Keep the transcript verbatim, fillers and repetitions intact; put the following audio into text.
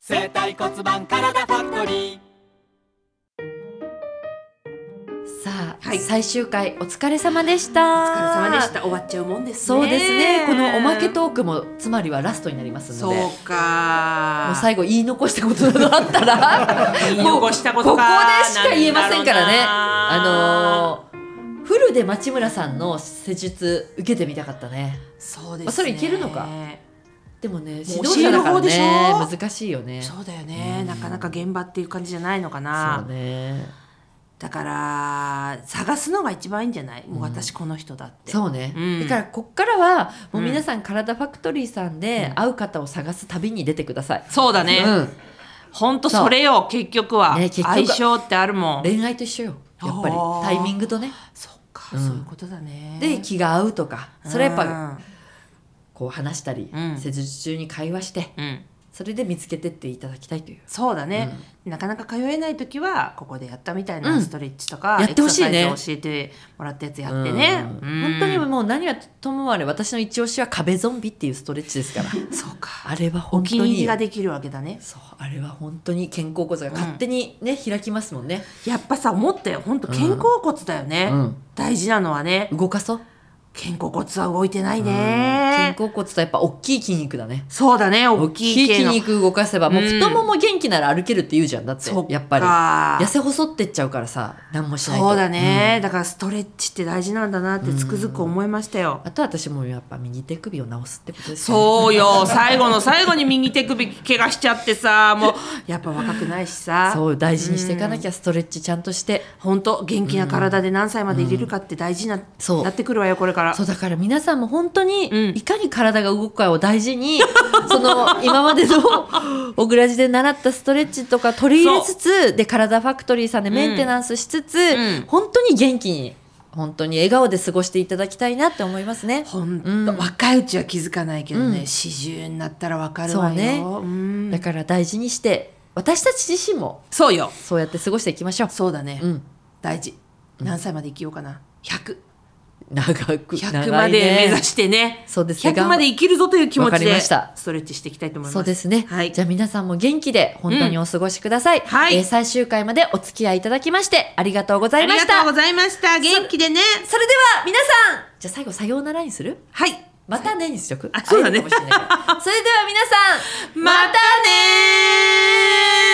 生体骨盤体ファクトリー。 さあ、 はい、 最終回お疲れ様でした。 お疲れ様でした。終わっちゃうもんですね。 そうですね。このおまけトークもつまりはラストになりますので、 そうか、 もう最後言い残したことなどあったら言い残したことか、 ここでしか言えませんからね。 あのー、フルで町村さんの施術受けてみたかったね。 そうですね、 まあ、それいけるのか。でもね、指もう導者だから教える方でしね、 ょ。 難しいよね。 そうだよね、 うん、 なかなか現場っていう感じじゃないのかな。 そうね。 だから探すのが一番いいんじゃない、もう私この人だって。 そうね、 うん、 だからこっからはもう皆さん体ファクトリーさんで会う方を探す旅に出てください。 そうだね、うん、ほんとそれよ。結局は、ね、結局相性ってあるもん。 恋愛と一緒よ、やっぱりタイミングとね。 そっか、うん、そういうことだね。 で気が合うとか、それやっぱ、うん、こう話したり、うん、施術中に会話して、うん、それで見つけてっていただきたいという。 そうだね、うん、なかなか通えない時はここでやったみたいなストレッチとか、 うん、やってほしいね。 エクササイズを教えてもらったやつやってね、 うんうん、本当にもう何はともあれ私の一押しは壁ゾンビっていうストレッチですからそうか、 あれは本当にお気に入りができるわけだね。 そう、あれは本当に肩甲骨が勝手にね、うん、開きますもんね。 やっぱさ、思ったよ、本当肩甲骨だよね、うん、大事なのはね。 動かそう。 肩甲骨は動いてないね。 肩甲骨とやっぱ大きい筋肉だね。 そうだね、大きい筋肉動かせばもう太もも元気なら歩けるって言うじゃん。だってやっぱり痩せ細ってっちゃうからさ、何もしないと。 そうだね、うん、だからストレッチって大事なんだなってつくづく思いましたよ。 あと私もやっぱ右手首を直すってことですよね。そうよ、最後の最後に右手首怪我しちゃってさ、もうやっぱ若くないしさ、 そう大事にしていかなきゃ、ストレッチちゃんとして。 本当元気な体で何歳までいれるかって大事な、うん、なってくるわよこれから。 そうだから皆さんも本当にいかに体が動くかを大事に、うん、その今までのオグラジで習ったストレッチとか取り入れつつで、体ファクトリーさんでメンテナンスしつつ、うん、本当に元気に本当に笑顔で過ごしていただきたいなって思いますね。 本当、うん、若いうちは気づかないけどね、よんじゅうになったら分かるわよ。そうね、 うん、だから大事にして私たち自身もそうよ、 そうやって過ごしていきましょう。 そうだね、うん、大事。何歳まで生きようかな、ひゃく長くひゃくまで目指してね。そうですね、ひゃくまで生きるぞという気持ちでストレッチしていきたいと思います。 そうですね、はい、じゃあ皆さんも元気で本当にお過ごしください、うん、はい、えー、最終回までお付き合いいただきましてありがとうございました。 ありがとうございました。元気でね。 そ、それでは皆さん、じゃあ最後さようならにする？ はい、 またねにしとく。 あ、そうだね。 それでは皆さんまたねー。